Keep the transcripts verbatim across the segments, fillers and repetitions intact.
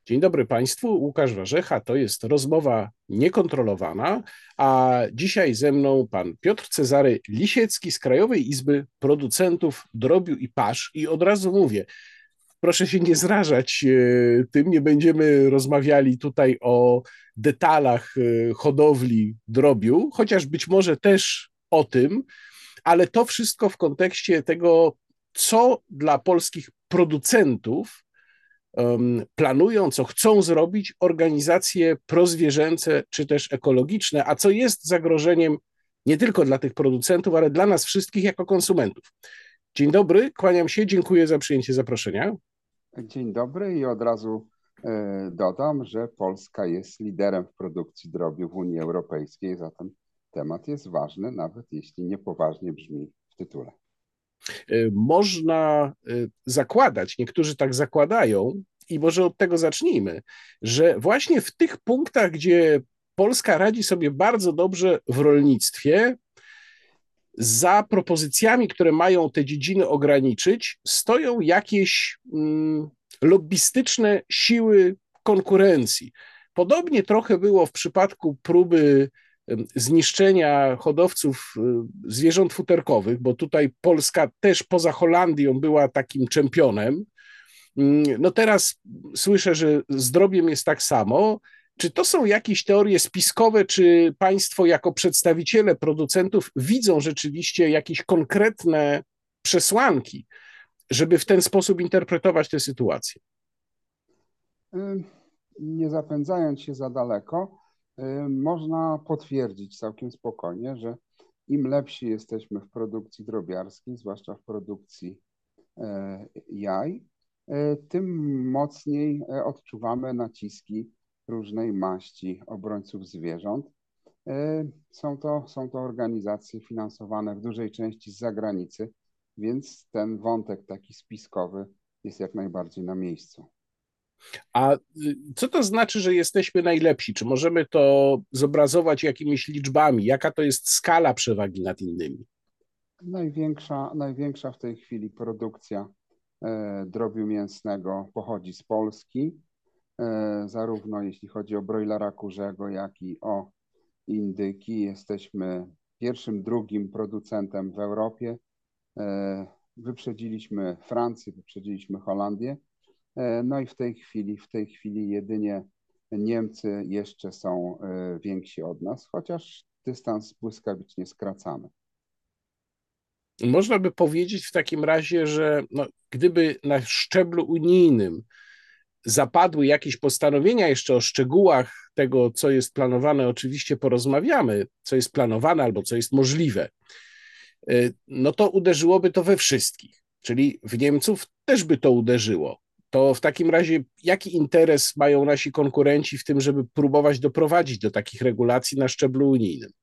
Dzień dobry Państwu, Łukasz Warzecha, to jest rozmowa niekontrolowana, a dzisiaj ze mną pan Piotr Cezary Lisiecki z Krajowej Izby Producentów Drobiu i Pasz. I od razu mówię, proszę się nie zrażać e, tym, nie będziemy rozmawiali tutaj o detalach e, hodowli drobiu, chociaż być może też o tym, ale to wszystko w kontekście tego, co dla polskich producentów planują, co chcą zrobić organizacje prozwierzęce czy też ekologiczne, a co jest zagrożeniem nie tylko dla tych producentów, ale dla nas wszystkich jako konsumentów. Dzień dobry, kłaniam się, dziękuję za przyjęcie zaproszenia. Dzień dobry i od razu e, dodam, że Polska jest liderem w produkcji drobiu w Unii Europejskiej, zatem temat jest ważny, nawet jeśli niepoważnie brzmi w tytule. Można zakładać, niektórzy tak zakładają, i może od tego zacznijmy, że właśnie w tych punktach, gdzie Polska radzi sobie bardzo dobrze w rolnictwie, za propozycjami, które mają te dziedziny ograniczyć, stoją jakieś mm, lobbystyczne siły konkurencji. Podobnie trochę było w przypadku próby zniszczenia hodowców zwierząt futerkowych, bo tutaj Polska też poza Holandią była takim czempionem. No teraz słyszę, że z drobiem jest tak samo. Czy to są jakieś teorie spiskowe, czy państwo jako przedstawiciele producentów widzą rzeczywiście jakieś konkretne przesłanki, żeby w ten sposób interpretować tę sytuację? Nie zapędzając się za daleko, można potwierdzić całkiem spokojnie, że im lepsi jesteśmy w produkcji drobiarskiej, zwłaszcza w produkcji jaj, tym mocniej odczuwamy naciski różnej maści obrońców zwierząt. Są to, są to organizacje finansowane w dużej części z zagranicy, więc ten wątek taki spiskowy jest jak najbardziej na miejscu. A co to znaczy, że jesteśmy najlepsi? Czy możemy to zobrazować jakimiś liczbami? Jaka to jest skala przewagi nad innymi? Największa, największa w tej chwili produkcja e, drobiu mięsnego pochodzi z Polski, e, zarówno jeśli chodzi o brojlera kurzego, jak i o indyki. Jesteśmy pierwszym, drugim producentem w Europie. E, wyprzedziliśmy Francję, wyprzedziliśmy Holandię. E, no i w tej chwili, w tej chwili jedynie Niemcy jeszcze są e, więksi od nas, chociaż dystans błyskawicznie skracamy. Można by powiedzieć w takim razie, że no, gdyby na szczeblu unijnym zapadły jakieś postanowienia, jeszcze o szczegółach tego, co jest planowane, oczywiście porozmawiamy, co jest planowane albo co jest możliwe, no to uderzyłoby to we wszystkich, czyli w Niemców też by to uderzyło. To w takim razie jaki interes mają nasi konkurenci w tym, żeby próbować doprowadzić do takich regulacji na szczeblu unijnym?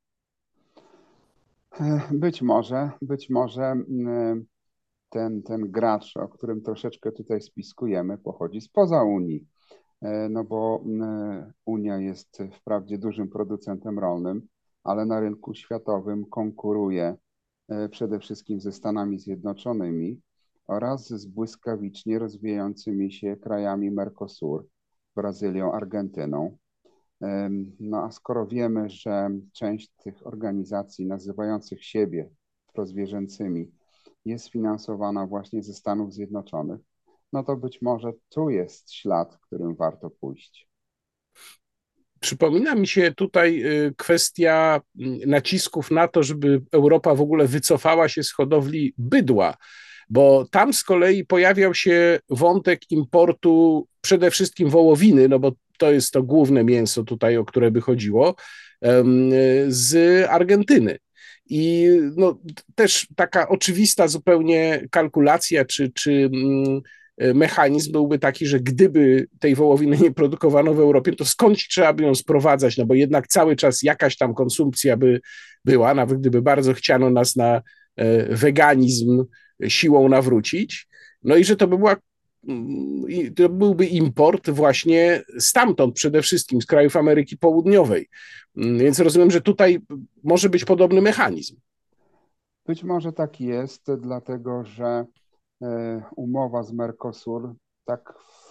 Być może, być może ten, ten gracz, o którym troszeczkę tutaj spiskujemy, pochodzi spoza Unii, no bo Unia jest wprawdzie dużym producentem rolnym, ale na rynku światowym konkuruje przede wszystkim ze Stanami Zjednoczonymi oraz z błyskawicznie rozwijającymi się krajami Mercosur, Brazylią, Argentyną. No a skoro wiemy, że część tych organizacji nazywających siebie prozwierzęcymi jest finansowana właśnie ze Stanów Zjednoczonych, no to być może tu jest ślad, którym warto pójść. Przypomina mi się tutaj kwestia nacisków na to, żeby Europa w ogóle wycofała się z hodowli bydła, bo tam z kolei pojawiał się wątek importu przede wszystkim wołowiny, no bo to jest to główne mięso tutaj, o które by chodziło, z Argentyny. I no, też taka oczywista zupełnie kalkulacja czy, czy mechanizm byłby taki, że gdyby tej wołowiny nie produkowano w Europie, to skądś trzeba by ją sprowadzać, no bo jednak cały czas jakaś tam konsumpcja by była, nawet gdyby bardzo chciano nas na weganizm siłą nawrócić. No i że to by była to byłby import właśnie stamtąd, przede wszystkim z krajów Ameryki Południowej. Więc rozumiem, że tutaj może być podobny mechanizm. Być może tak jest, dlatego że umowa z Mercosur tak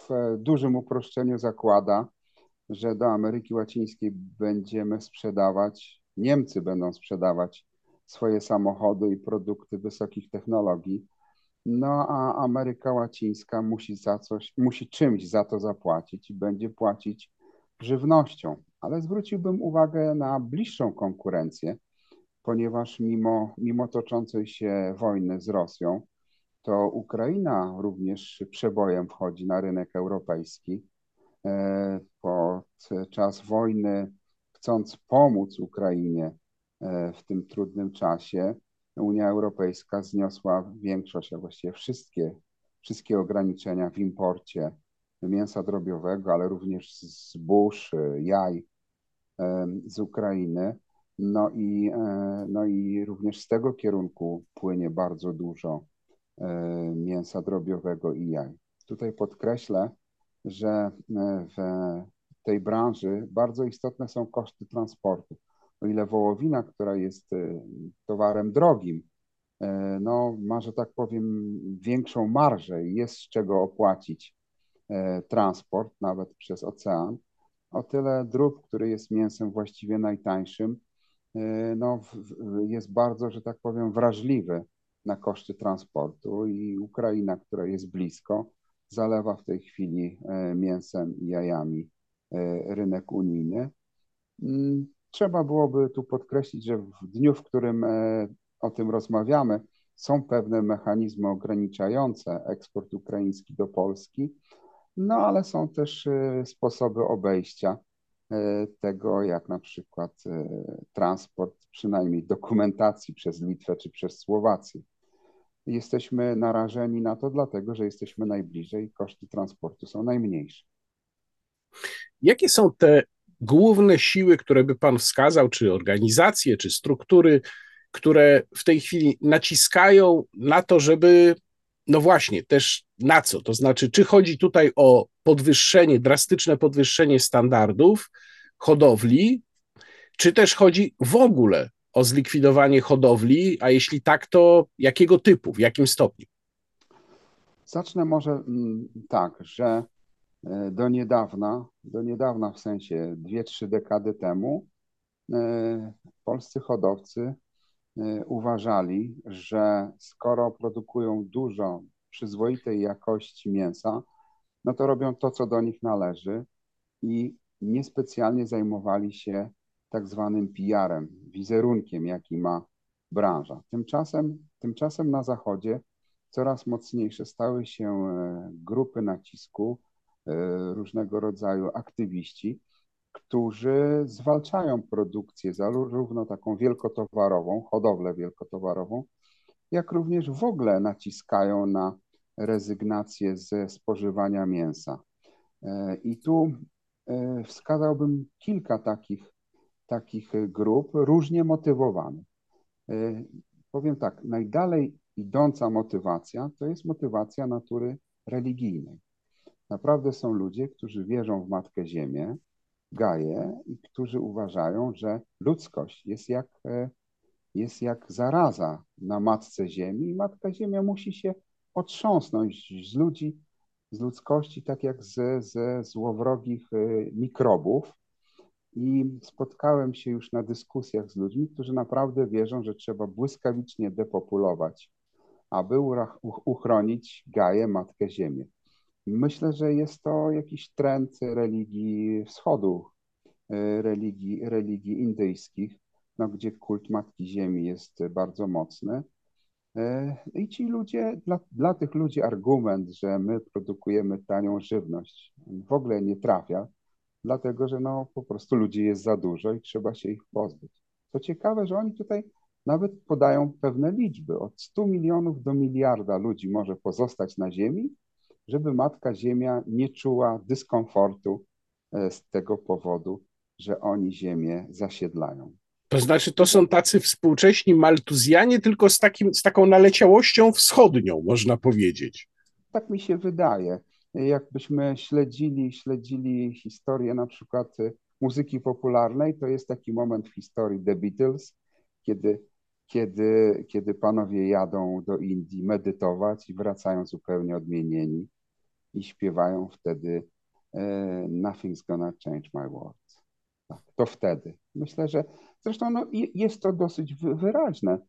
w dużym uproszczeniu zakłada, że do Ameryki Łacińskiej będziemy sprzedawać, Niemcy będą sprzedawać swoje samochody i produkty wysokich technologii, no a Ameryka Łacińska musi za coś, musi czymś za to zapłacić i będzie płacić żywnością. Ale zwróciłbym uwagę na bliższą konkurencję, ponieważ mimo, mimo toczącej się wojny z Rosją, to Ukraina również przebojem wchodzi na rynek europejski. E, Podczas wojny, chcąc pomóc Ukrainie e, w tym trudnym czasie, Unia Europejska zniosła większość, a właściwie wszystkie, wszystkie ograniczenia w imporcie mięsa drobiowego, ale również zbóż, jaj e, z Ukrainy. No i, e, no i również z tego kierunku płynie bardzo dużo e, mięsa drobiowego i jaj. Tutaj podkreślę, że w tej branży bardzo istotne są koszty transportu. O ile wołowina, która jest towarem drogim, no, ma, że tak powiem, większą marżę i jest z czego opłacić transport, nawet przez ocean, o tyle drób, który jest mięsem właściwie najtańszym, no, jest bardzo, że tak powiem, wrażliwy na koszty transportu i Ukraina, która jest blisko, zalewa w tej chwili mięsem i jajami rynek unijny. Trzeba byłoby tu podkreślić, że w dniu, w którym o tym rozmawiamy, są pewne mechanizmy ograniczające eksport ukraiński do Polski, no ale są też sposoby obejścia tego, jak na przykład transport, przynajmniej dokumentacji przez Litwę czy przez Słowację. Jesteśmy narażeni na to dlatego, że jesteśmy najbliżej i koszty transportu są najmniejsze. Jakie są te główne siły, które by Pan wskazał, czy organizacje, czy struktury, które w tej chwili naciskają na to, żeby, no właśnie, też na co? To znaczy, czy chodzi tutaj o podwyższenie, drastyczne podwyższenie standardów hodowli, czy też chodzi w ogóle o zlikwidowanie hodowli, a jeśli tak, to jakiego typu, w jakim stopniu? Zacznę może tak, że do niedawna, do niedawna w sensie dwie, trzy dekady temu, polscy hodowcy uważali, że skoro produkują dużo przyzwoitej jakości mięsa, no to robią to, co do nich należy i niespecjalnie zajmowali się tak zwanym P R-em, wizerunkiem, jaki ma branża. Tymczasem, tymczasem na Zachodzie coraz mocniejsze stały się grupy nacisku, różnego rodzaju aktywiści, którzy zwalczają produkcję zarówno taką wielkotowarową, hodowlę wielkotowarową, jak również w ogóle naciskają na rezygnację ze spożywania mięsa. I tu wskazałbym kilka takich, takich grup różnie motywowanych. Powiem tak, najdalej idąca motywacja to jest motywacja natury religijnej. Naprawdę są ludzie, którzy wierzą w Matkę Ziemię, Gaję i którzy uważają, że ludzkość jest jak, jest jak zaraza na Matce Ziemi i Matka Ziemia musi się otrząsnąć z ludzi, z ludzkości, tak jak ze, ze złowrogich mikrobów. I spotkałem się już na dyskusjach z ludźmi, którzy naprawdę wierzą, że trzeba błyskawicznie depopulować, aby uchronić Gaję, Matkę Ziemię. Myślę, że jest to jakiś trend religii wschodu, religii, religii indyjskich, no, gdzie kult Matki Ziemi jest bardzo mocny. I ci ludzie, dla, dla tych ludzi argument, że my produkujemy tanią żywność, w ogóle nie trafia, dlatego że no, po prostu ludzi jest za dużo i trzeba się ich pozbyć. Co ciekawe, że oni tutaj nawet podają pewne liczby. Od stu milionów do miliarda ludzi może pozostać na Ziemi, żeby Matka Ziemia nie czuła dyskomfortu z tego powodu, że oni Ziemię zasiedlają. To znaczy, to są tacy współcześni Maltuzjanie, tylko z, takim, z taką naleciałością wschodnią, można powiedzieć. Tak mi się wydaje. Jakbyśmy śledzili, śledzili historię na przykład muzyki popularnej, to jest taki moment w historii The Beatles, kiedy, kiedy, kiedy panowie jadą do Indii medytować i wracają zupełnie odmienieni. i śpiewają wtedy Nothing's gonna change my world. Tak, to wtedy. Myślę, że zresztą no, jest to dosyć wyraźne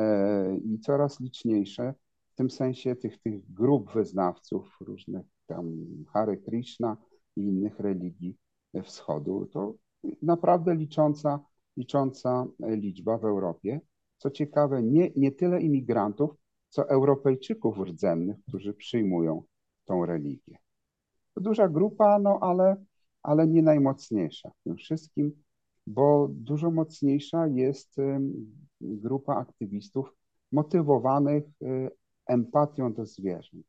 i coraz liczniejsze w tym sensie tych, tych grup wyznawców różnych tam Hare Krishna i innych religii wschodu. To naprawdę licząca, licząca liczba w Europie. Co ciekawe, nie, nie tyle imigrantów, co Europejczyków rdzennych, którzy przyjmują tą religię. To duża grupa, no ale, ale nie najmocniejsza w tym wszystkim, bo dużo mocniejsza jest grupa aktywistów motywowanych empatią do zwierząt.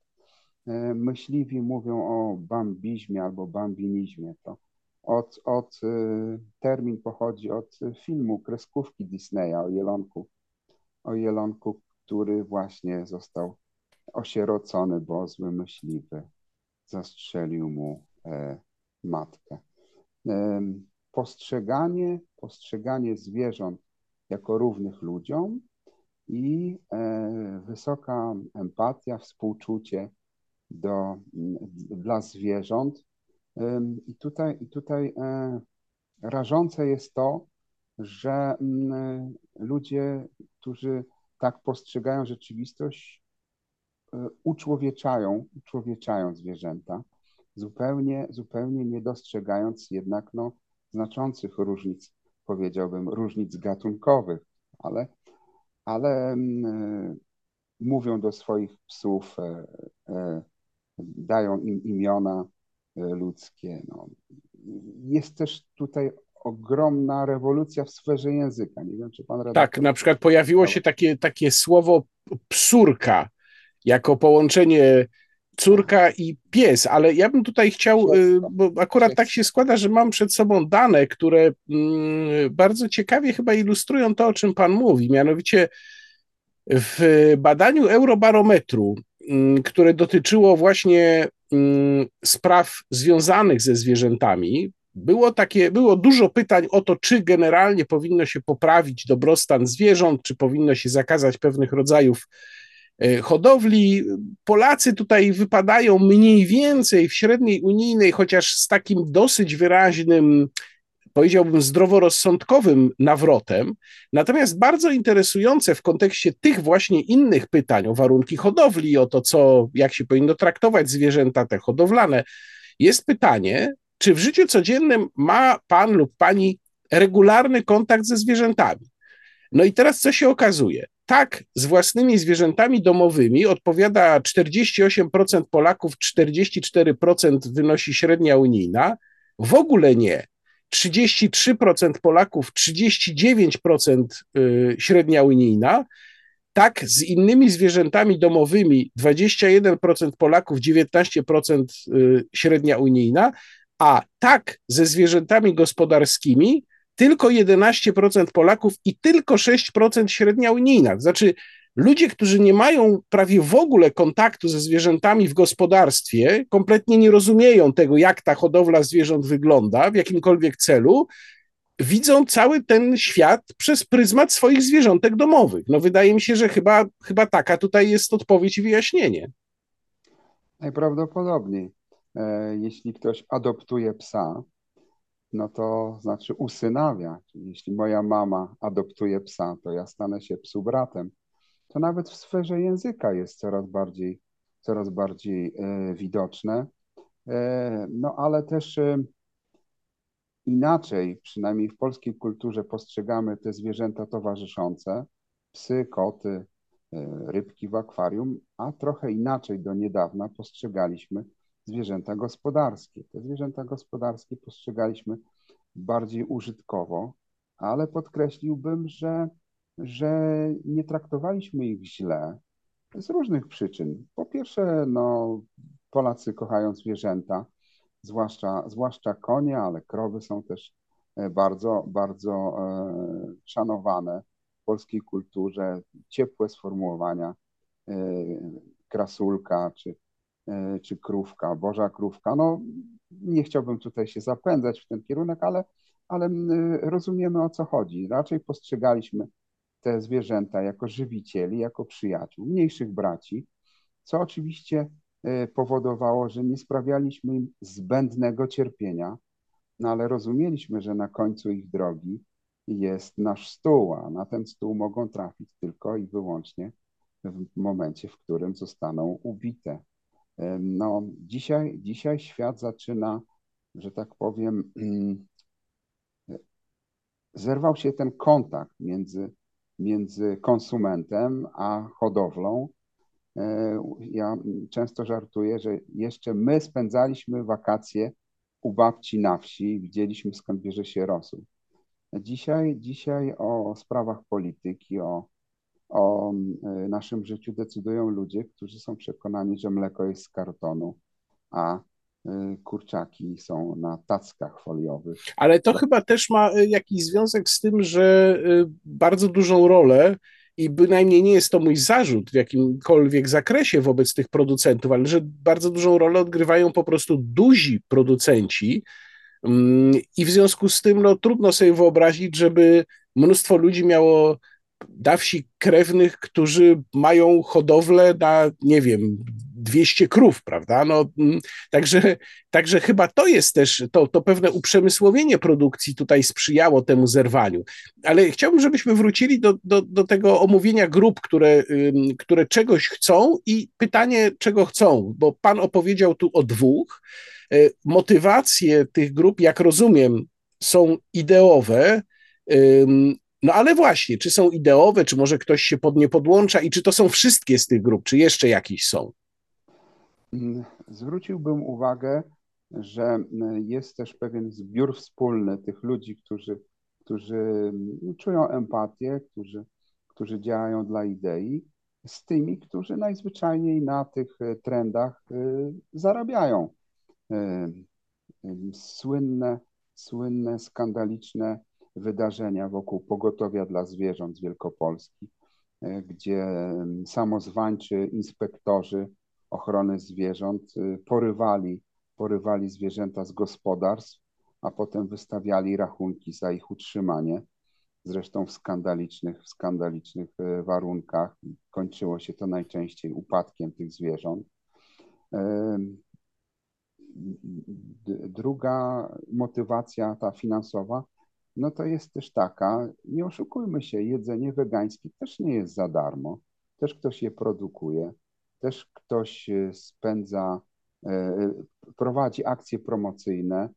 Myśliwi mówią o bambizmie albo bambinizmie. To od, od, termin pochodzi od filmu, kreskówki Disneya o jelonku, o jelonku, który właśnie został osierocony, bo zły myśliwy zastrzelił mu e, matkę. E, postrzeganie, postrzeganie zwierząt jako równych ludziom i e, wysoka empatia, współczucie do, dla zwierząt. E, I tutaj, i tutaj e, rażące jest to, że m, ludzie, którzy tak postrzegają rzeczywistość, uczłowieczają, uczłowieczają zwierzęta, zupełnie, zupełnie nie dostrzegając jednak no, znaczących różnic, powiedziałbym, różnic gatunkowych, ale, ale mm, mówią do swoich psów, e, e, dają im imiona e, ludzkie. No. Jest też tutaj ogromna rewolucja w sferze języka. Nie wiem, czy pan Tak, redaktor... na przykład pojawiło się takie, takie słowo psurka jako połączenie córka i pies, ale ja bym tutaj chciał, bo akurat tak się składa, że mam przed sobą dane, które bardzo ciekawie chyba ilustrują to, o czym pan mówi, mianowicie w badaniu Eurobarometru, które dotyczyło właśnie spraw związanych ze zwierzętami, było takie, było dużo pytań o to, czy generalnie powinno się poprawić dobrostan zwierząt, czy powinno się zakazać pewnych rodzajów hodowli. Polacy tutaj wypadają mniej więcej w średniej unijnej, chociaż z takim dosyć wyraźnym, powiedziałbym, zdroworozsądkowym nawrotem. Natomiast bardzo interesujące w kontekście tych właśnie innych pytań o warunki hodowli, o to, co, jak się powinno traktować zwierzęta te hodowlane, jest pytanie, czy w życiu codziennym ma pan lub pani regularny kontakt ze zwierzętami? No i teraz co się okazuje? Tak, z własnymi zwierzętami domowymi odpowiada czterdzieści osiem procent Polaków, czterdzieści cztery procent wynosi średnia unijna, w ogóle nie. trzydzieści trzy procent Polaków, trzydzieści dziewięć procent średnia unijna. Tak, z innymi zwierzętami domowymi dwadzieścia jeden procent Polaków, dziewiętnaście procent średnia unijna, a tak ze zwierzętami gospodarskimi tylko jedenaście procent Polaków i tylko sześć procent średnia unijna. Znaczy ludzie, którzy nie mają prawie w ogóle kontaktu ze zwierzętami w gospodarstwie, kompletnie nie rozumieją tego, jak ta hodowla zwierząt wygląda w jakimkolwiek celu, widzą cały ten świat przez pryzmat swoich zwierzątek domowych. No wydaje mi się, że chyba, chyba taka tutaj jest odpowiedź i wyjaśnienie. Najprawdopodobniej, jeśli ktoś adoptuje psa, no to znaczy usynawia. Czyli jeśli moja mama adoptuje psa, to ja stanę się psu bratem. To nawet w sferze języka jest coraz bardziej, coraz bardziej e, widoczne. E, no ale też e, inaczej, przynajmniej w polskiej kulturze, postrzegamy te zwierzęta towarzyszące, psy, koty, e, rybki w akwarium, a trochę inaczej do niedawna postrzegaliśmy zwierzęta gospodarskie. Te zwierzęta gospodarskie postrzegaliśmy bardziej użytkowo, ale podkreśliłbym, że, że nie traktowaliśmy ich źle z różnych przyczyn. Po pierwsze, no, Polacy kochają zwierzęta, zwłaszcza, zwłaszcza konie, ale krowy są też bardzo, bardzo e, szanowane w polskiej kulturze. Ciepłe sformułowania, e, krasulka czy czy krówka, boża krówka. No, nie chciałbym tutaj się zapędzać w ten kierunek, ale, ale rozumiemy, o co chodzi. Raczej postrzegaliśmy te zwierzęta jako żywicieli, jako przyjaciół, mniejszych braci, co oczywiście powodowało, że nie sprawialiśmy im zbędnego cierpienia, no ale rozumieliśmy, że na końcu ich drogi jest nasz stół, a na ten stół mogą trafić tylko i wyłącznie w momencie, w którym zostaną ubite. No, dzisiaj, dzisiaj świat zaczyna, że tak powiem, zerwał się ten kontakt między, między konsumentem a hodowlą. Ja często żartuję, że jeszcze my spędzaliśmy wakacje u babci na wsi, widzieliśmy, skąd bierze się rosół. Dzisiaj, dzisiaj o sprawach polityki, o, o naszym życiu decydują ludzie, którzy są przekonani, że mleko jest z kartonu, a kurczaki są na tackach foliowych. Ale to chyba też ma jakiś związek z tym, że bardzo dużą rolę, i bynajmniej nie jest to mój zarzut w jakimkolwiek zakresie wobec tych producentów, ale że bardzo dużą rolę odgrywają po prostu duzi producenci, i w związku z tym no, trudno sobie wyobrazić, żeby mnóstwo ludzi miało na wsi krewnych, którzy mają hodowlę na, nie wiem, dwieście krów, prawda? No, także, także chyba to jest też, to, to pewne uprzemysłowienie produkcji tutaj sprzyjało temu zerwaniu. Ale chciałbym, żebyśmy wrócili do, do, do tego omówienia grup, które, które czegoś chcą i pytanie, czego chcą, bo pan opowiedział tu o dwóch. Motywacje tych grup, jak rozumiem, są ideowe. No ale właśnie, czy są ideowe, czy może ktoś się pod nie podłącza i czy to są wszystkie z tych grup, czy jeszcze jakieś są? Zwróciłbym uwagę, że jest też pewien zbiór wspólny tych ludzi, którzy, którzy czują empatię, którzy, którzy działają dla idei, z tymi, którzy najzwyczajniej na tych trendach zarabiają. Słynne, słynne, skandaliczne wydarzenia wokół pogotowia dla zwierząt z Wielkopolski, gdzie samozwańczy inspektorzy ochrony zwierząt porywali, porywali zwierzęta z gospodarstw, a potem wystawiali rachunki za ich utrzymanie, zresztą w skandalicznych, w skandalicznych warunkach. Kończyło się to najczęściej upadkiem tych zwierząt. Druga motywacja, ta finansowa, no to jest też taka, nie oszukujmy się, jedzenie wegańskie też nie jest za darmo. Też ktoś je produkuje, też ktoś spędza, prowadzi akcje promocyjne,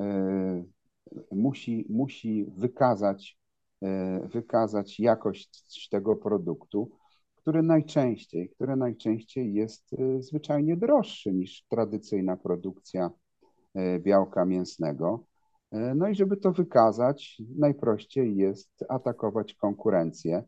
musi, musi wykazać, wykazać jakość tego produktu, który najczęściej, który najczęściej jest zwyczajnie droższy niż tradycyjna produkcja białka mięsnego. No i żeby to wykazać, najprościej jest atakować konkurencję,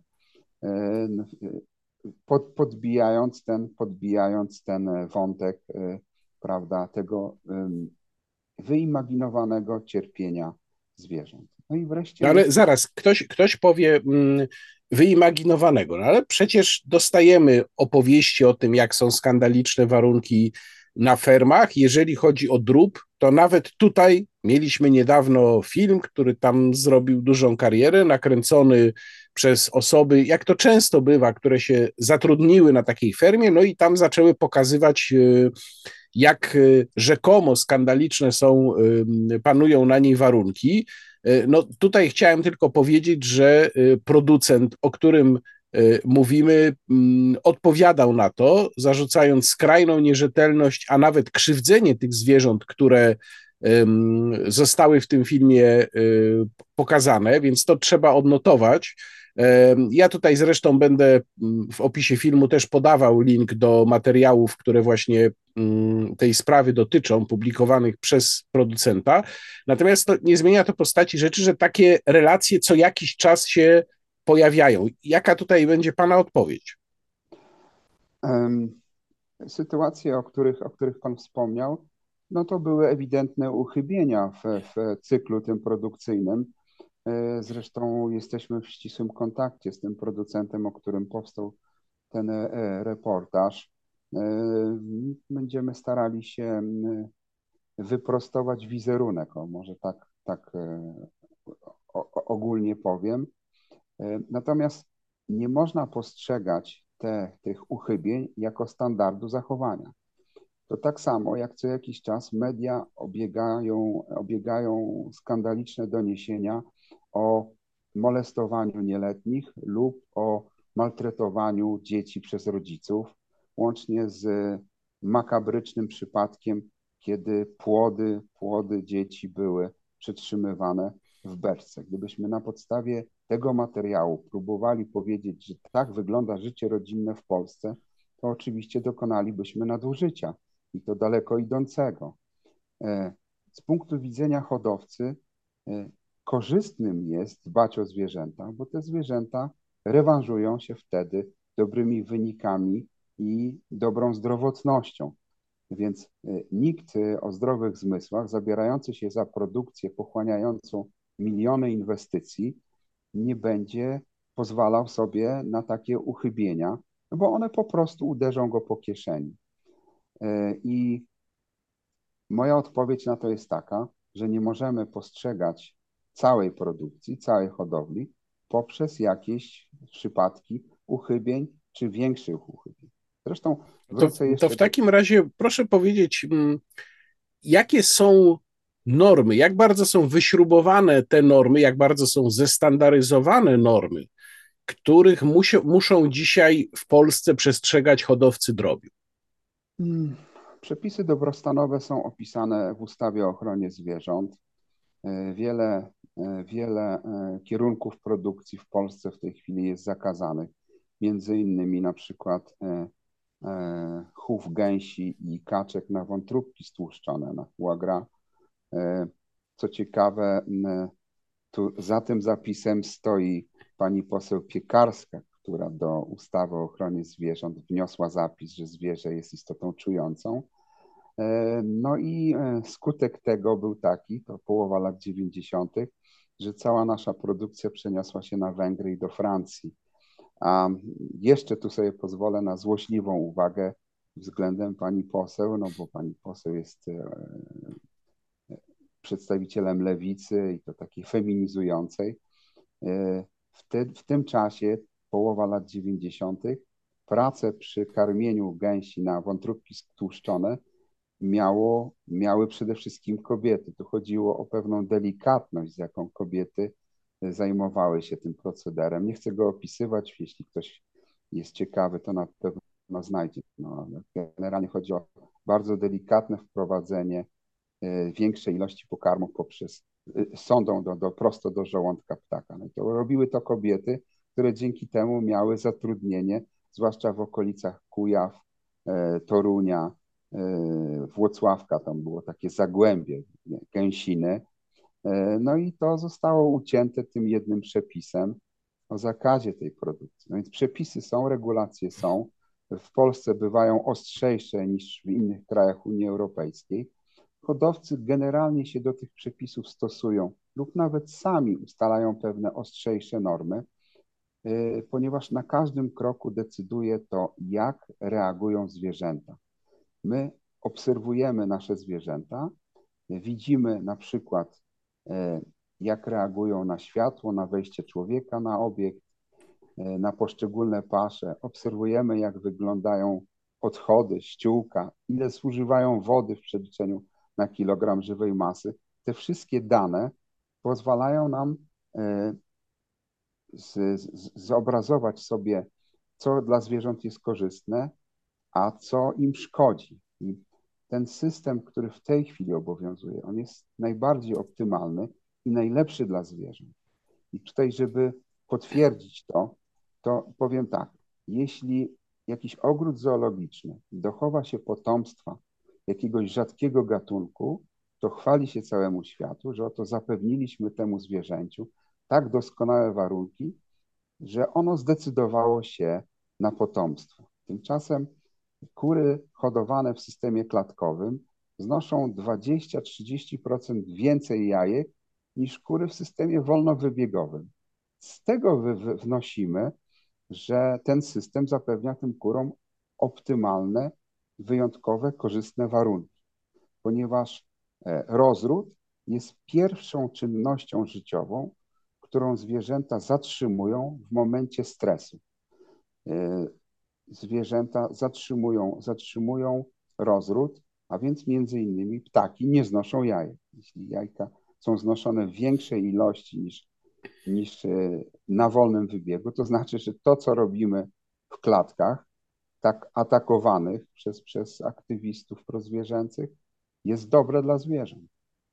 pod, podbijając ten, podbijając ten wątek, prawda, tego wyimaginowanego cierpienia zwierząt. No i wreszcie... No ale zaraz, ktoś, ktoś powie mm, wyimaginowanego, no ale przecież dostajemy opowieści o tym, jak są skandaliczne warunki na fermach. Jeżeli chodzi o drób, to nawet tutaj mieliśmy niedawno film, który tam zrobił dużą karierę, nakręcony przez osoby, jak to często bywa, które się zatrudniły na takiej fermie, no i tam zaczęły pokazywać, jak rzekomo skandaliczne są, panują na niej warunki. No tutaj chciałem tylko powiedzieć, że producent, o którym mówimy, odpowiadał na to, zarzucając skrajną nierzetelność, a nawet krzywdzenie tych zwierząt, które zostały w tym filmie pokazane, więc to trzeba odnotować. Ja tutaj zresztą będę w opisie filmu też podawał link do materiałów, które właśnie tej sprawy dotyczą, publikowanych przez producenta. Natomiast to nie zmienia to postaci rzeczy, że takie relacje co jakiś czas się pojawiają. Jaka tutaj będzie Pana odpowiedź? Sytuacje, o których, o których Pan wspomniał, no to były ewidentne uchybienia w, w cyklu tym produkcyjnym. Zresztą jesteśmy w ścisłym kontakcie z tym producentem, o którym powstał ten reportaż. Będziemy starali się wyprostować wizerunek, o może tak, tak ogólnie powiem. Natomiast nie można postrzegać te, tych uchybień jako standardu zachowania. to tak samo jak co jakiś czas media obiegają, obiegają skandaliczne doniesienia o molestowaniu nieletnich lub o maltretowaniu dzieci przez rodziców, łącznie z makabrycznym przypadkiem, kiedy płody, płody dzieci były przetrzymywane w beczce. Gdybyśmy na podstawie tego materiału próbowali powiedzieć, że tak wygląda życie rodzinne w Polsce, to oczywiście dokonalibyśmy nadużycia i to daleko idącego. Z punktu widzenia hodowcy korzystnym jest dbać o zwierzęta, bo te zwierzęta rewanżują się wtedy dobrymi wynikami i dobrą zdrowotnością. Więc nikt o zdrowych zmysłach, zabierający się za produkcję pochłaniającą miliony inwestycji, nie będzie pozwalał sobie na takie uchybienia, bo one po prostu uderzą go po kieszeni. I moja odpowiedź na to jest taka, że nie możemy postrzegać całej produkcji, całej hodowli poprzez jakieś przypadki uchybień czy większych uchybień. Zresztą wrócę To, jeszcze to w do... takim razie proszę powiedzieć, jakie są normy, jak bardzo są wyśrubowane te normy, jak bardzo są zestandaryzowane normy, których musi, muszą dzisiaj w Polsce przestrzegać hodowcy drobiu? Hmm. Przepisy dobrostanowe są opisane w ustawie o ochronie zwierząt. Wiele, wiele kierunków produkcji w Polsce w tej chwili jest zakazanych. Między innymi na przykład chów gęsi i kaczek na wątróbki stłuszczone, na foie gras. Co ciekawe, tu za tym zapisem stoi pani poseł Piekarska, która do ustawy o ochronie zwierząt wniosła zapis, że zwierzę jest istotą czującą. No i skutek tego był taki, to połowa lat dziewięćdziesiątych, że cała nasza produkcja przeniosła się na Węgry i do Francji. A jeszcze tu sobie pozwolę na złośliwą uwagę względem pani poseł, no bo pani poseł jest przedstawicielem lewicy i to takiej feminizującej. W, te, w tym czasie, połowa lat dziewięćdziesiątych, prace przy karmieniu gęsi na wątróbki stłuszczone miało, miały przede wszystkim kobiety. Tu chodziło o pewną delikatność, z jaką kobiety zajmowały się tym procederem. Nie chcę go opisywać, jeśli ktoś jest ciekawy, to na pewno znajdzie. No, generalnie chodzi o bardzo delikatne wprowadzenie większej ilości pokarmów poprzez sondą do, do, prosto do żołądka ptaka. No i to robiły to kobiety, które dzięki temu miały zatrudnienie, zwłaszcza w okolicach Kujaw, Torunia, Włocławka, tam było takie zagłębie gęsiny. No i to zostało ucięte tym jednym przepisem o zakazie tej produkcji. No więc przepisy są, regulacje są. W Polsce bywają ostrzejsze niż w innych krajach Unii Europejskiej. Hodowcy generalnie się do tych przepisów stosują lub nawet sami ustalają pewne ostrzejsze normy, ponieważ na każdym kroku decyduje to, jak reagują zwierzęta. My obserwujemy nasze zwierzęta, widzimy na przykład, jak reagują na światło, na wejście człowieka na obiekt, na poszczególne pasze. Obserwujemy, jak wyglądają odchody, ściółka, ile zużywają wody w przeliczeniu na kilogram żywej masy. Te wszystkie dane pozwalają nam z, z, zobrazować sobie, co dla zwierząt jest korzystne, a co im szkodzi. I ten system, który w tej chwili obowiązuje, on jest najbardziej optymalny i najlepszy dla zwierząt. I tutaj, żeby potwierdzić to, to powiem tak, jeśli jakiś ogród zoologiczny dochowa się potomstwa jakiegoś rzadkiego gatunku, to chwali się całemu światu, że oto zapewniliśmy temu zwierzęciu tak doskonałe warunki, że ono zdecydowało się na potomstwo. Tymczasem kury hodowane w systemie klatkowym znoszą dwadzieścia do trzydziestu procent więcej jajek niż kury w systemie wolnowybiegowym. Z tego wnosimy, że ten system zapewnia tym kurom optymalne, wyjątkowe, korzystne warunki, ponieważ rozród jest pierwszą czynnością życiową, którą zwierzęta zatrzymują w momencie stresu. Zwierzęta zatrzymują, zatrzymują rozród, a więc między innymi ptaki nie znoszą jajek. Jeśli jajka są znoszone w większej ilości niż, niż na wolnym wybiegu, to znaczy, że to, co robimy w klatkach, tak atakowanych przez, przez aktywistów prozwierzęcych, jest dobre dla zwierząt.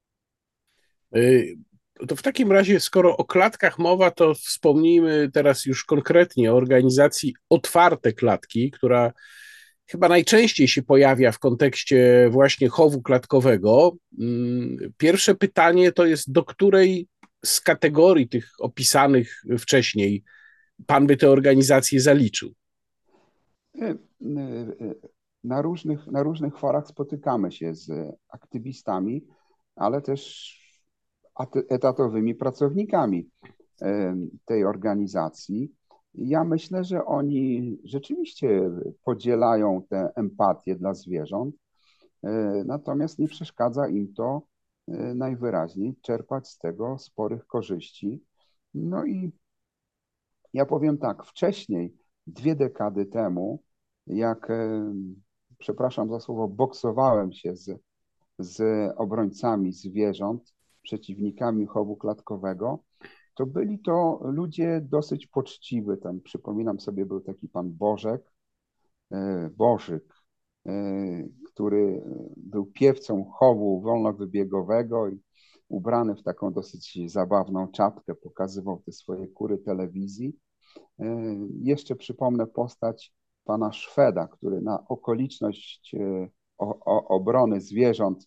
To w takim razie, skoro o klatkach mowa, to wspomnijmy teraz już konkretnie o organizacji Otwarte Klatki, która chyba najczęściej się pojawia w kontekście właśnie chowu klatkowego. Pierwsze pytanie to jest, do której z kategorii tych opisanych wcześniej pan by tę organizację zaliczył? Na różnych, na różnych forach spotykamy się z aktywistami, ale też etatowymi pracownikami tej organizacji. Ja myślę, że oni rzeczywiście podzielają tę empatię dla zwierząt, natomiast nie przeszkadza im to najwyraźniej czerpać z tego sporych korzyści. No i ja powiem tak, wcześniej, dwie dekady temu, jak, przepraszam za słowo, boksowałem się z, z obrońcami zwierząt, przeciwnikami chowu klatkowego, to byli to ludzie dosyć poczciwi. Tam przypominam sobie, był taki pan Bożek, Bożyk, który był piewcą chowu wolnowybiegowego i ubrany w taką dosyć zabawną czapkę, pokazywał te swoje kury telewizji. Jeszcze przypomnę postać pana Szweda, który na okoliczność o, o, obrony zwierząt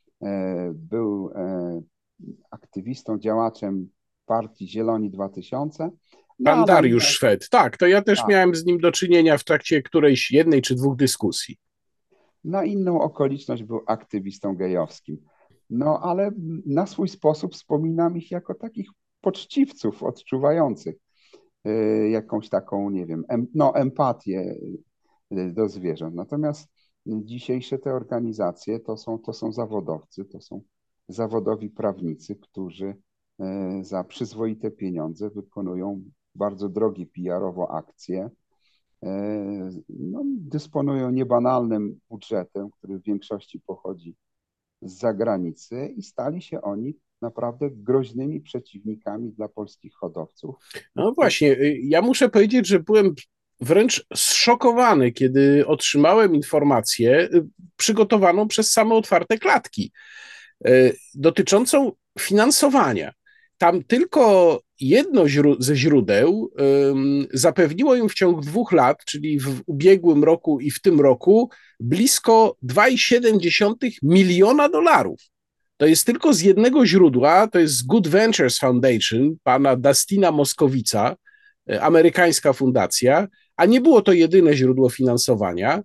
był aktywistą, działaczem partii Zieloni dwa tysiące. No, Pan Dariusz inne... Szwed, tak, to ja też tak. miałem z nim do czynienia w trakcie którejś jednej czy dwóch dyskusji. Na inną okoliczność był aktywistą gejowskim. No ale na swój sposób wspominam ich jako takich poczciwców odczuwających y, jakąś taką, nie wiem, em, no, empatię y, do zwierząt. Natomiast dzisiejsze te organizacje to są, to są zawodowcy, to są zawodowi prawnicy, którzy y, za przyzwoite pieniądze wykonują bardzo drogie P R-owo akcje, no, dysponują niebanalnym budżetem, który w większości pochodzi z zagranicy i stali się oni naprawdę groźnymi przeciwnikami dla polskich hodowców. No właśnie, ja muszę powiedzieć, że byłem wręcz zszokowany, kiedy otrzymałem informację przygotowaną przez same Otwarte Klatki dotyczącą finansowania. Tam tylko jedno ze źródeł um, zapewniło im w ciągu dwóch lat, czyli w ubiegłym roku i w tym roku, blisko dwa i siedem miliona dolarów. To jest tylko z jednego źródła, to jest Good Ventures Foundation, pana Dustina Moskowica, amerykańska fundacja, a nie było to jedyne źródło finansowania.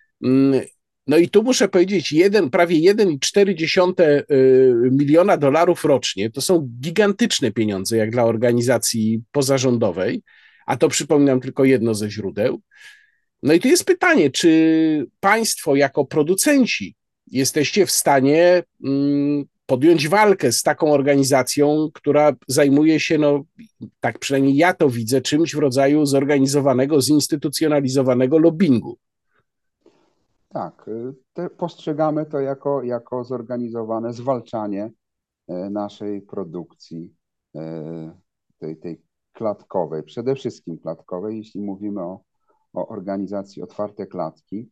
No i tu muszę powiedzieć, jeden, prawie jeden i cztery dziesiąte miliona dolarów rocznie, to są gigantyczne pieniądze jak dla organizacji pozarządowej, a to przypominam tylko jedno ze źródeł. No i tu jest pytanie, czy państwo jako producenci jesteście w stanie podjąć walkę z taką organizacją, która zajmuje się, no tak przynajmniej ja to widzę, czymś w rodzaju zorganizowanego, zinstytucjonalizowanego lobbingu. Tak, te, postrzegamy to jako, jako zorganizowane zwalczanie naszej produkcji, tej, tej klatkowej, przede wszystkim klatkowej, jeśli mówimy o, o organizacji Otwarte Klatki.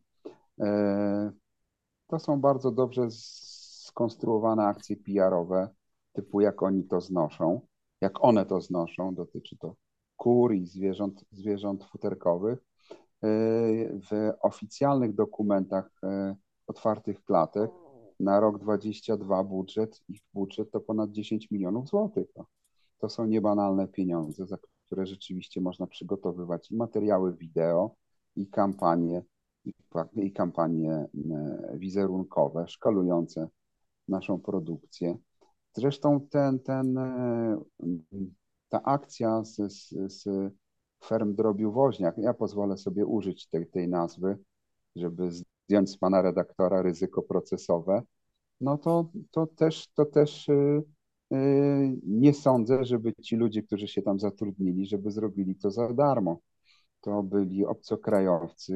To są bardzo dobrze skonstruowane akcje P R-owe, typu jak oni to znoszą, jak one to znoszą, dotyczy to kur i zwierząt, zwierząt futerkowych. W oficjalnych dokumentach Otwartych Klatek na rok dwudziesty drugi budżet, ich budżet to ponad dziesięć milionów złotych. To, to są niebanalne pieniądze, za które rzeczywiście można przygotowywać i materiały wideo, i kampanie, i, i kampanie wizerunkowe, szkalujące naszą produkcję. Zresztą ten, ten, ta akcja z, z, z ferm drobiu Woźniak, ja pozwolę sobie użyć tej, tej nazwy, żeby zdjąć z pana redaktora ryzyko procesowe, no to, to też, to też yy, yy, nie sądzę, żeby ci ludzie, którzy się tam zatrudnili, żeby zrobili to za darmo. To byli obcokrajowcy,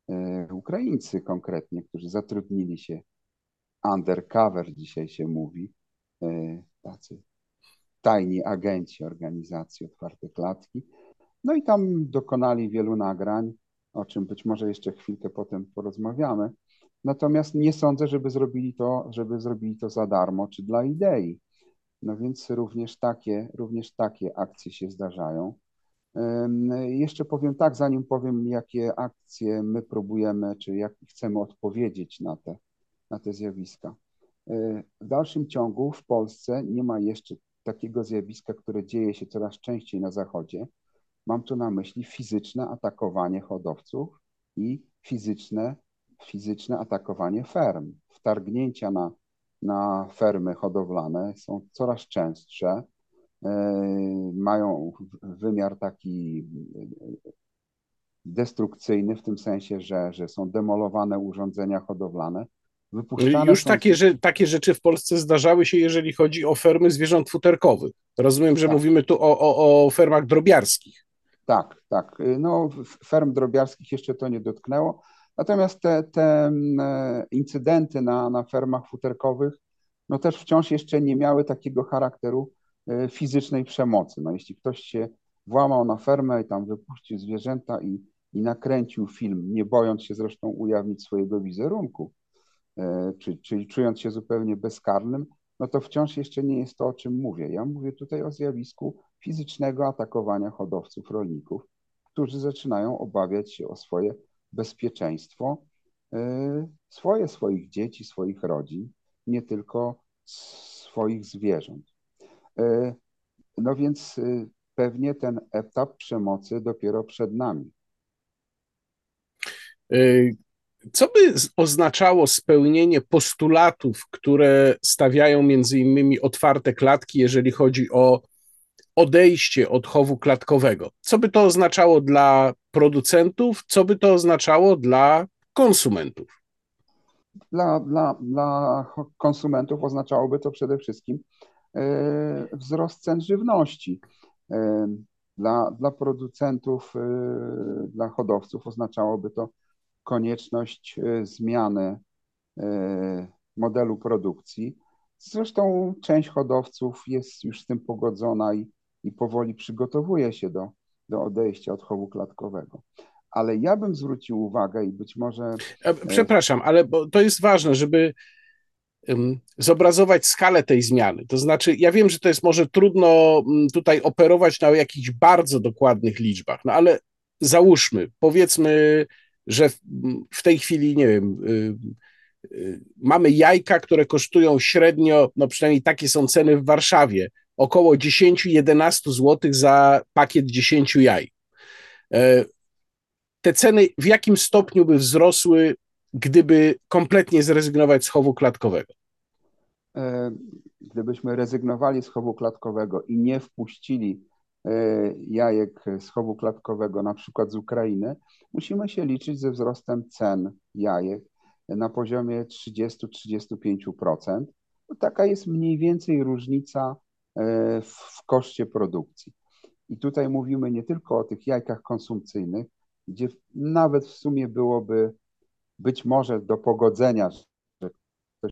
Ukraińcy konkretnie, którzy zatrudnili się undercover, dzisiaj się mówi, tacy tajni agenci organizacji Otwarte Klatki. No i tam dokonali wielu nagrań, o czym być może jeszcze chwilkę potem porozmawiamy. Natomiast nie sądzę, żeby zrobili to, żeby zrobili to za darmo czy dla idei. No więc również takie, również takie akcje się zdarzają. Jeszcze powiem tak, zanim powiem, jakie akcje my próbujemy, czy jak chcemy odpowiedzieć na te, na te zjawiska. W dalszym ciągu w Polsce nie ma jeszcze takiego zjawiska, które dzieje się coraz częściej na Zachodzie. Mam tu na myśli fizyczne atakowanie hodowców i fizyczne, fizyczne atakowanie ferm. Wtargnięcia na, na fermy hodowlane są coraz częstsze. Mają wymiar taki destrukcyjny w tym sensie, że, że są demolowane urządzenia hodowlane. Wypuszczane Już są... takie, że, takie rzeczy w Polsce zdarzały się, jeżeli chodzi o fermy zwierząt futerkowych. Rozumiem, że Tak. mówimy tu o, o, o fermach drobiarskich. Tak, tak. No, ferm drobiarskich jeszcze to nie dotknęło. Natomiast te, te incydenty na, na fermach futerkowych no też wciąż jeszcze nie miały takiego charakteru fizycznej przemocy. No, jeśli ktoś się włamał na fermę i tam wypuścił zwierzęta i, i nakręcił film, nie bojąc się zresztą ujawnić swojego wizerunku, czyli, czyli czując się zupełnie bezkarnym, no to wciąż jeszcze nie jest to, o czym mówię. Ja mówię tutaj o zjawisku fizycznego atakowania hodowców, rolników, którzy zaczynają obawiać się o swoje bezpieczeństwo, swoje, swoich dzieci, swoich rodzin, nie tylko swoich zwierząt. No więc pewnie ten etap przemocy dopiero przed nami. Co by oznaczało spełnienie postulatów, które stawiają między innymi otwarte klatki, jeżeli chodzi o odejście od chowu klatkowego? Co by to oznaczało dla producentów? Co by to oznaczało dla konsumentów? Dla, dla, dla konsumentów oznaczałoby to przede wszystkim wzrost cen żywności. Dla, dla producentów, dla hodowców oznaczałoby to konieczność zmiany modelu produkcji. Zresztą część hodowców jest już z tym pogodzona i, i powoli przygotowuje się do, do odejścia od chowu klatkowego. Ale ja bym zwrócił uwagę i być może... Przepraszam, ale bo to jest ważne, żeby zobrazować skalę tej zmiany. To znaczy, ja wiem, że to jest może trudno tutaj operować na jakichś bardzo dokładnych liczbach, no ale załóżmy, powiedzmy, że w, w tej chwili, nie wiem, mamy jajka, które kosztują średnio, no przynajmniej takie są ceny w Warszawie, około dziesięć do jedenastu złotych za pakiet dziesięciu jaj. Te ceny w jakim stopniu by wzrosły, gdyby kompletnie zrezygnować z chowu klatkowego? Gdybyśmy rezygnowali z chowu klatkowego i nie wpuścili jajek z chowu klatkowego, na przykład z Ukrainy, musimy się liczyć ze wzrostem cen jajek na poziomie trzydzieści do trzydziestu pięciu procent. Taka jest mniej więcej różnica w koszcie produkcji. I tutaj mówimy nie tylko o tych jajkach konsumpcyjnych, gdzie nawet w sumie byłoby być może do pogodzenia, że ktoś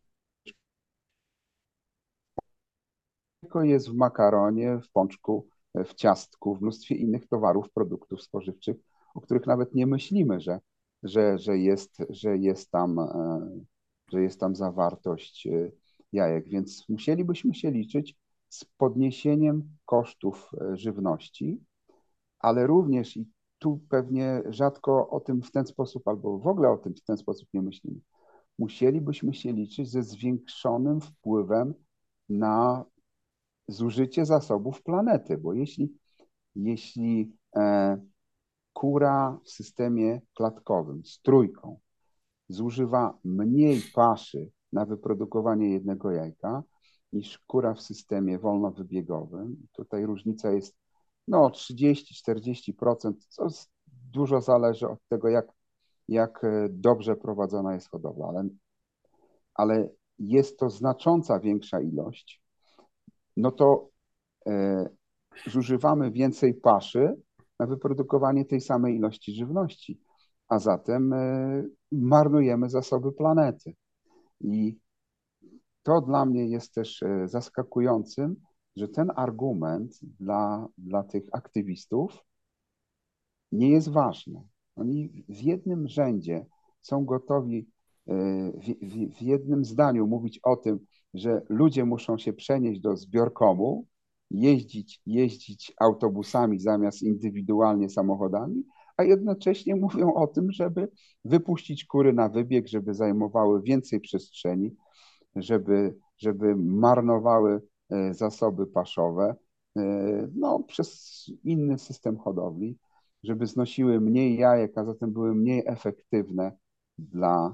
tylko jest w makaronie, w pączku, w ciastku, w mnóstwie innych towarów, produktów spożywczych, o których nawet nie myślimy, że, że, że, jest, że, jest tam, że jest tam zawartość jajek. Więc musielibyśmy się liczyć z podniesieniem kosztów żywności, ale również, i tu pewnie rzadko o tym w ten sposób, albo w ogóle o tym w ten sposób nie myślimy, musielibyśmy się liczyć ze zwiększonym wpływem na zużycie zasobów planety, bo jeśli, jeśli e, kura w systemie klatkowym z trójką zużywa mniej paszy na wyprodukowanie jednego jajka niż kura w systemie wolnowybiegowym, tutaj różnica jest no trzydzieści do czterdziestu procent, co dużo zależy od tego, jak, jak dobrze prowadzona jest hodowla, ale, ale jest to znacząca większa ilość, no to e, zużywamy więcej paszy na wyprodukowanie tej samej ilości żywności. a zatem marnujemy zasoby planety. I to dla mnie jest też zaskakującym, że ten argument dla, dla tych aktywistów nie jest ważny. Oni w jednym rzędzie są gotowi w, w, w jednym zdaniu mówić o tym, że ludzie muszą się przenieść do zbiorkomu, jeździć, jeździć autobusami zamiast indywidualnie samochodami, a jednocześnie mówią o tym, żeby wypuścić kury na wybieg, żeby zajmowały więcej przestrzeni, żeby, żeby marnowały zasoby paszowe, no, przez inny system hodowli, żeby znosiły mniej jajek, a zatem były mniej efektywne dla,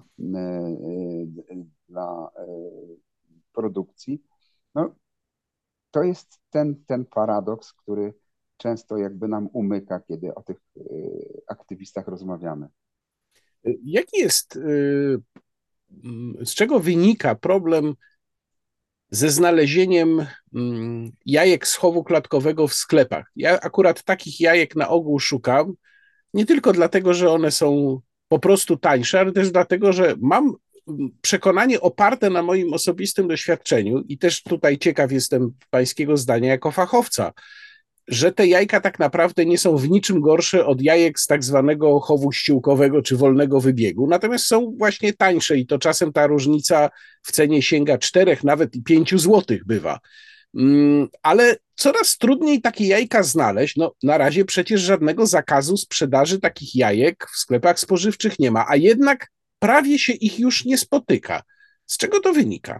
dla produkcji. No, to jest ten, ten paradoks, który często jakby nam umyka, kiedy o tych aktywistach rozmawiamy. Jaki jest, z czego wynika problem ze znalezieniem jajek z chowu klatkowego w sklepach? Ja akurat takich jajek na ogół szukam, nie tylko dlatego, że one są po prostu tańsze, ale też dlatego, że mam przekonanie oparte na moim osobistym doświadczeniu i też tutaj ciekaw jestem pańskiego zdania jako fachowca, że te jajka tak naprawdę nie są w niczym gorsze od jajek z tak zwanego chowu ściółkowego czy wolnego wybiegu, natomiast są właśnie tańsze i to czasem ta różnica w cenie sięga czterech, nawet i pięciu złotych bywa. Ale coraz trudniej takie jajka znaleźć. No, na razie przecież żadnego zakazu sprzedaży takich jajek w sklepach spożywczych nie ma, a jednak prawie się ich już nie spotyka. Z czego to wynika?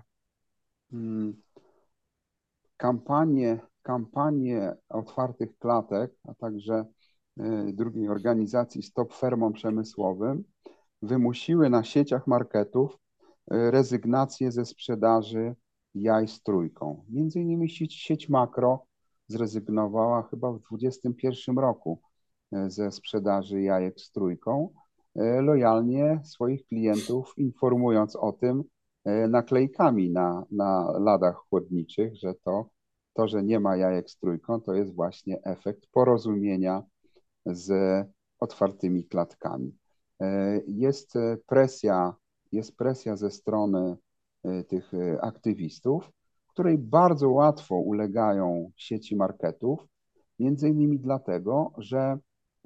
Kampanie, kampanie otwartych klatek, a także drugiej organizacji Stop Fermom Przemysłowym wymusiły na sieciach marketów rezygnację ze sprzedaży jaj z trójką. Między innymi sieć, sieć Makro zrezygnowała chyba w dwudziestym pierwszym roku ze sprzedaży jajek z trójką, lojalnie swoich klientów informując o tym naklejkami na, na ladach chłodniczych, że to, to, że nie ma jajek z trójką, to jest właśnie efekt porozumienia z otwartymi klatkami. Jest presja, jest presja ze strony tych aktywistów, której bardzo łatwo ulegają sieci marketów, między innymi dlatego, że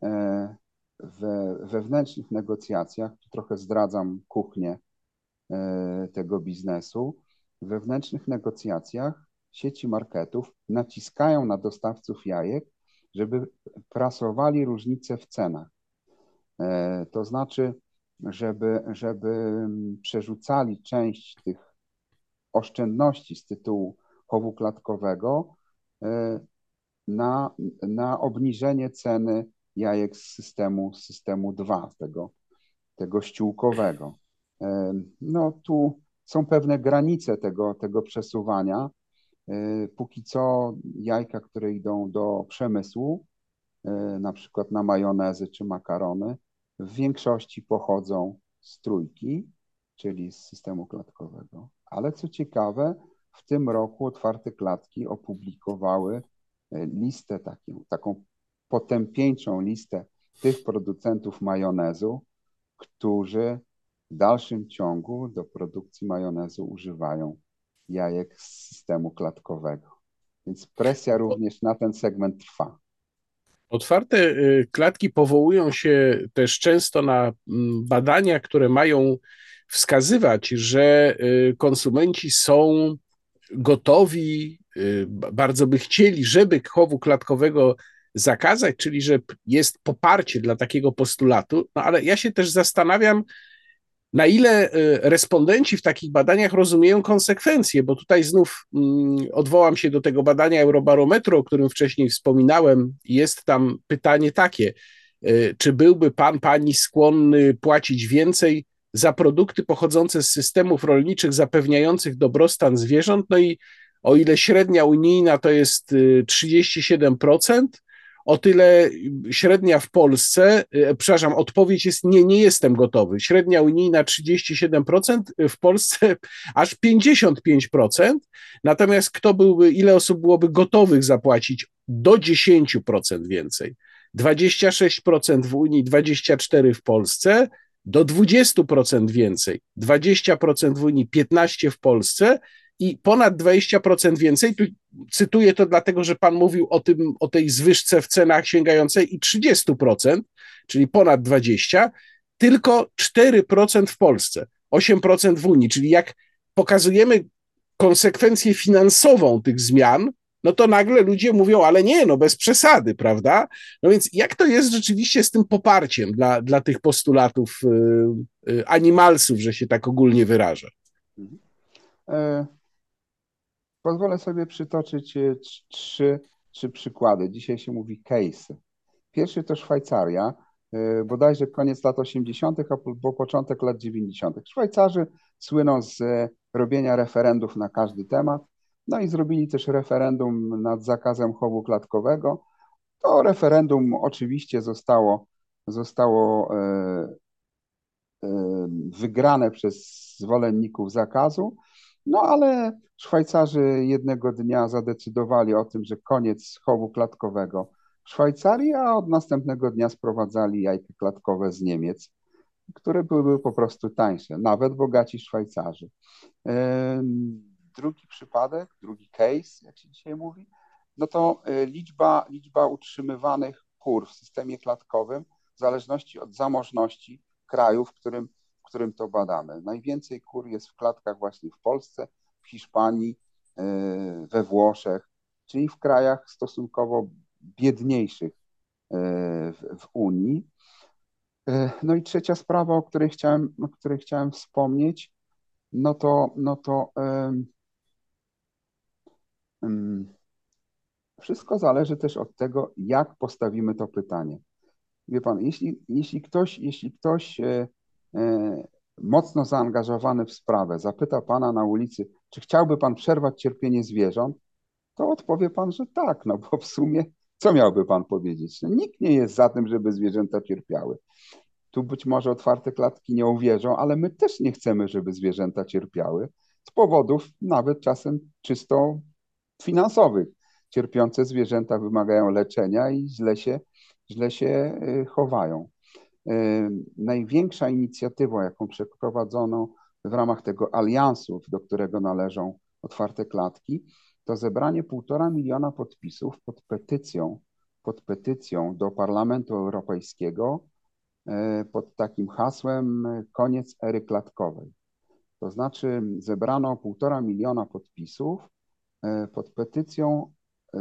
we wewnętrznych negocjacjach, tu trochę zdradzam kuchnię tego biznesu, w wewnętrznych negocjacjach sieci marketów naciskają na dostawców jajek, żeby prasowali różnice w cenach. To znaczy, żeby, żeby przerzucali część tych oszczędności z tytułu chowu klatkowego na, na obniżenie ceny jajek z systemu, z systemu dwa, tego, tego ściółkowego. No tu są pewne granice tego, tego przesuwania. Póki co jajka, które idą do przemysłu, na przykład na majonezy czy makarony, w większości pochodzą z trójki, czyli z systemu klatkowego. Ale co ciekawe, w tym roku otwarte klatki opublikowały listę, taką, taką potępieńczą listę tych producentów majonezu, którzy w dalszym ciągu do produkcji majonezu używają jajek z systemu klatkowego. Więc presja również na ten segment trwa. Otwarte klatki powołują się też często na badania, które mają wskazywać, że konsumenci są gotowi, bardzo by chcieli, żeby chowu klatkowego zakazać, czyli że jest poparcie dla takiego postulatu, no ale ja się też zastanawiam, na ile respondenci w takich badaniach rozumieją konsekwencje, bo tutaj znów odwołam się do tego badania Eurobarometru, o którym wcześniej wspominałem. Jest tam pytanie takie, czy byłby pan, pani skłonny płacić więcej za produkty pochodzące z systemów rolniczych zapewniających dobrostan zwierząt? No i o ile średnia unijna to jest trzydzieści siedem procent, o tyle średnia w Polsce, przepraszam, odpowiedź jest nie, nie jestem gotowy. Średnia unijna trzydzieści siedem procent, w Polsce aż pięćdziesiąt pięć procent. Natomiast kto byłby, ile osób byłoby gotowych zapłacić do dziesięć procent więcej? dwadzieścia sześć procent w Unii, dwadzieścia cztery procent w Polsce, do dwadzieścia procent więcej. dwadzieścia procent w Unii, piętnaście procent w Polsce i ponad dwadzieścia procent więcej. Tu cytuję to dlatego, że pan mówił o tym, o tej zwyżce w cenach sięgającej i trzydzieści procent, czyli ponad dwadzieścia procent, tylko cztery procent w Polsce, osiem procent w Unii, czyli jak pokazujemy konsekwencję finansową tych zmian, no to nagle ludzie mówią, ale nie, no bez przesady, prawda? No więc jak to jest rzeczywiście z tym poparciem dla, dla tych postulatów y, y, animalsów, że się tak ogólnie wyrażę? E, Pozwolę sobie przytoczyć e, trz- trzy, trzy przykłady. Dzisiaj się mówi case. Pierwszy to Szwajcaria, e, bodajże koniec lat osiemdziesiątych, albo początek lat dziewięćdziesiątych. Szwajcarzy słyną z e, robienia referendów na każdy temat, no i zrobili też referendum nad zakazem chowu klatkowego. To referendum oczywiście zostało, zostało e, e, wygrane przez zwolenników zakazu, no ale Szwajcarzy jednego dnia zadecydowali o tym, że koniec chowu klatkowego w Szwajcarii, a od następnego dnia sprowadzali jajka klatkowe z Niemiec, które były po prostu tańsze, nawet bogaci Szwajcarzy. Drugi przypadek, drugi case, jak się dzisiaj mówi, no to liczba, liczba utrzymywanych kur w systemie klatkowym w zależności od zamożności kraju, w którym, w którym to badamy. Najwięcej kur jest w klatkach właśnie w Polsce, w Hiszpanii, we Włoszech, czyli w krajach stosunkowo biedniejszych w, w Unii. No i trzecia sprawa, o której chciałem, o której chciałem wspomnieć, no to, no to um, um, wszystko zależy też od tego, jak postawimy to pytanie. Wie pan, jeśli, jeśli ktoś, jeśli ktoś e, e, mocno zaangażowany w sprawę zapyta pana na ulicy, czy chciałby pan przerwać cierpienie zwierząt, to odpowie pan, że tak, no bo w sumie co miałby pan powiedzieć? No, nikt nie jest za tym, żeby zwierzęta cierpiały. Tu być może otwarte klatki nie uwierzą, ale my też nie chcemy, żeby zwierzęta cierpiały z powodów nawet czasem czysto finansowych. Cierpiące zwierzęta wymagają leczenia i źle się, źle się y, chowają. Y, Największa inicjatywa, jaką przeprowadzono w ramach tego aliansu, do którego należą otwarte klatki, to zebranie półtora miliona podpisów pod petycją, pod petycją do Parlamentu Europejskiego pod takim hasłem koniec ery klatkowej. To znaczy zebrano półtora miliona podpisów pod petycją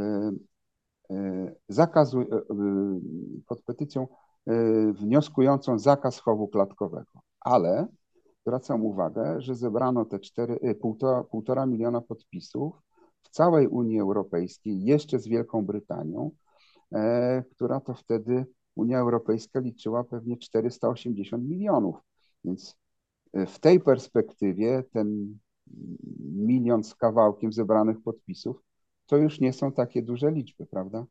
zakazu, pod petycją wnioskującą zakaz chowu klatkowego. Ale zwracam uwagę, że zebrano te cztery, półtora, półtora miliona podpisów w całej Unii Europejskiej, jeszcze z Wielką Brytanią, która to wtedy Unia Europejska liczyła pewnie czterysta osiemdziesiąt milionów. Więc w tej perspektywie ten milion z kawałkiem zebranych podpisów to już nie są takie duże liczby, prawda?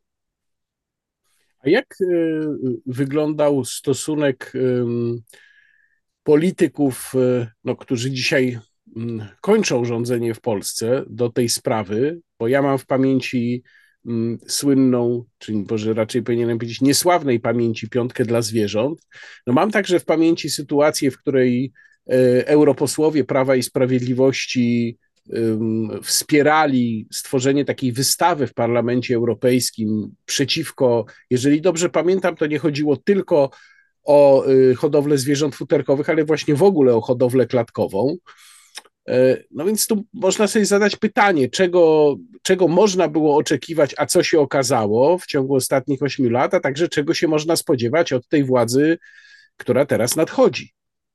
A jak y, wyglądał stosunek y, polityków, y, no, którzy dzisiaj y, kończą rządzenie w Polsce do tej sprawy? Bo ja mam w pamięci y, słynną, czyli może raczej powinienem powiedzieć niesławnej pamięci piątkę dla zwierząt. No, mam także w pamięci sytuację, w której y, europosłowie Prawa i Sprawiedliwości wspierali stworzenie takiej wystawy w Parlamencie Europejskim przeciwko, jeżeli dobrze pamiętam, to nie chodziło tylko o hodowlę zwierząt futerkowych, ale właśnie w ogóle o hodowlę klatkową. No więc tu można sobie zadać pytanie, czego, czego można było oczekiwać, a co się okazało w ciągu ostatnich ośmiu lat, a także czego się można spodziewać od tej władzy, która teraz nadchodzi.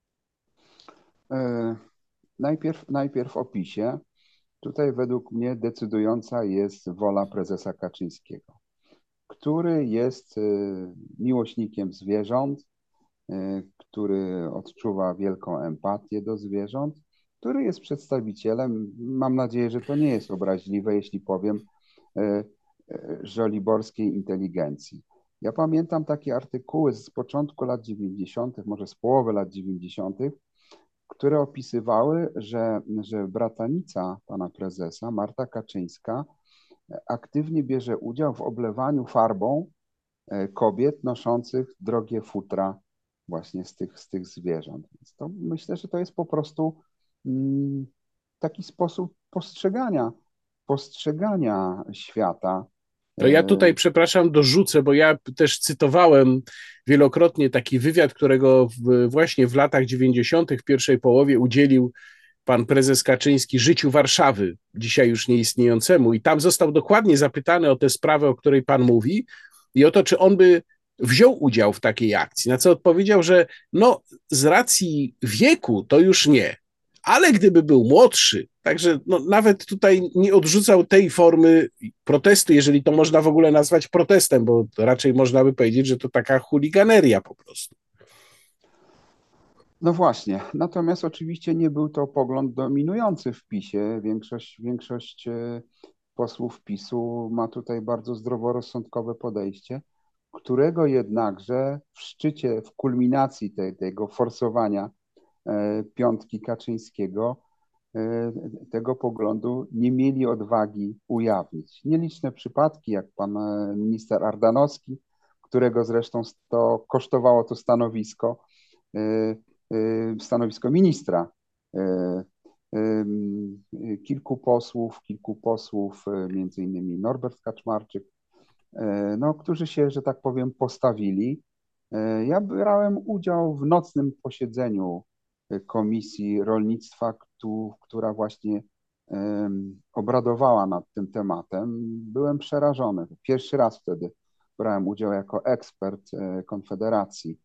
E, najpierw, najpierw o PiSie. Tutaj według mnie decydująca jest wola prezesa Kaczyńskiego, który jest miłośnikiem zwierząt, który odczuwa wielką empatię do zwierząt, który jest przedstawicielem, mam nadzieję, że to nie jest obraźliwe, jeśli powiem, żoliborskiej inteligencji. Ja pamiętam takie artykuły z początku lat dziewięćdziesiątych, może z połowy lat dziewięćdziesiątych, które opisywały, że, że bratanica pana prezesa, Marta Kaczyńska, aktywnie bierze udział w oblewaniu farbą kobiet noszących drogie futra właśnie z tych, z tych zwierząt. Więc to myślę, że to jest po prostu mm, taki sposób postrzegania, postrzegania świata. To ja tutaj, przepraszam, dorzucę, bo ja też cytowałem wielokrotnie taki wywiad, którego w, właśnie w latach dziewięćdziesiątych, w pierwszej połowie udzielił pan prezes Kaczyński Życiu Warszawy, dzisiaj już nieistniejącemu. I tam został dokładnie zapytany o tę sprawę, o której pan mówi i o to, czy on by wziął udział w takiej akcji. Na co odpowiedział, że no z racji wieku to już nie, ale gdyby był młodszy, także no, nawet tutaj nie odrzucał tej formy protestu, jeżeli to można w ogóle nazwać protestem, bo raczej można by powiedzieć, że to taka chuliganeria po prostu. No właśnie, natomiast oczywiście nie był to pogląd dominujący w PiSie. Większość, większość posłów PiSu ma tutaj bardzo zdroworozsądkowe podejście, którego jednakże w szczycie, w kulminacji te, tego forsowania piątki Kaczyńskiego tego poglądu nie mieli odwagi ujawnić. Nieliczne przypadki, jak pan minister Ardanowski, którego zresztą to kosztowało to stanowisko, stanowisko ministra. Kilku posłów, kilku posłów, między innymi Norbert Kaczmarczyk, no, którzy się, że tak powiem, postawili. Ja brałem udział w nocnym posiedzeniu Komisji Rolnictwa, która właśnie obradowała nad tym tematem. Byłem przerażony. Pierwszy raz wtedy brałem udział jako ekspert Konfederacji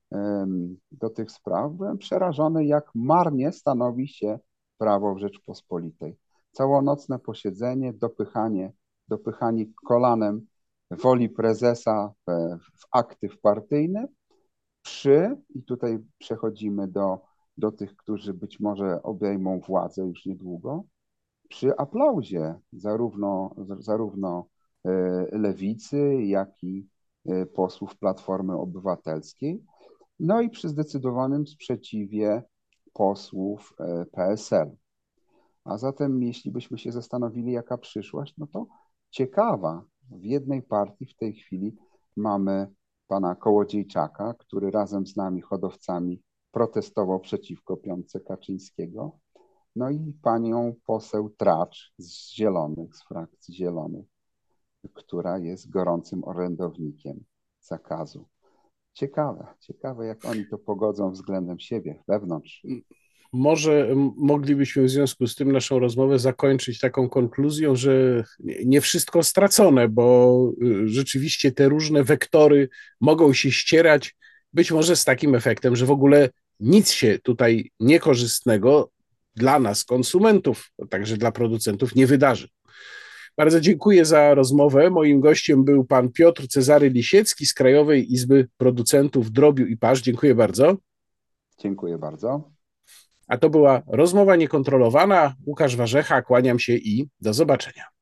do tych spraw. Byłem przerażony, jak marnie stanowi się prawo w Rzeczpospolitej. Całonocne posiedzenie, dopychanie, dopychanie kolanem woli prezesa w, w aktyw partyjny przy, i tutaj przechodzimy do, do tych, którzy być może obejmą władzę już niedługo, przy aplauzie zarówno, zarówno Lewicy, jak i posłów Platformy Obywatelskiej, no i przy zdecydowanym sprzeciwie posłów P S L. A zatem jeśli byśmy się zastanowili, jaka przyszłość, no to ciekawa. W jednej partii w tej chwili mamy pana Kołodziejczaka, który razem z nami, hodowcami, protestował przeciwko piątce Kaczyńskiego. No i panią poseł Tracz z Zielonych, z frakcji Zielonych, która jest gorącym orędownikiem zakazu. Ciekawe, ciekawe, jak oni to pogodzą względem siebie, wewnątrz. Może moglibyśmy w związku z tym naszą rozmowę zakończyć taką konkluzją, że nie wszystko stracone, bo rzeczywiście te różne wektory mogą się ścierać, być może z takim efektem, że w ogóle nic się tutaj niekorzystnego dla nas, konsumentów, a także dla producentów nie wydarzy. Bardzo dziękuję za rozmowę. Moim gościem był pan Piotr Cezary Lisiecki z Krajowej Izby Producentów Drobiu i Pasz. Dziękuję bardzo. Dziękuję bardzo. A to była rozmowa niekontrolowana. Łukasz Warzecha, kłaniam się i do zobaczenia.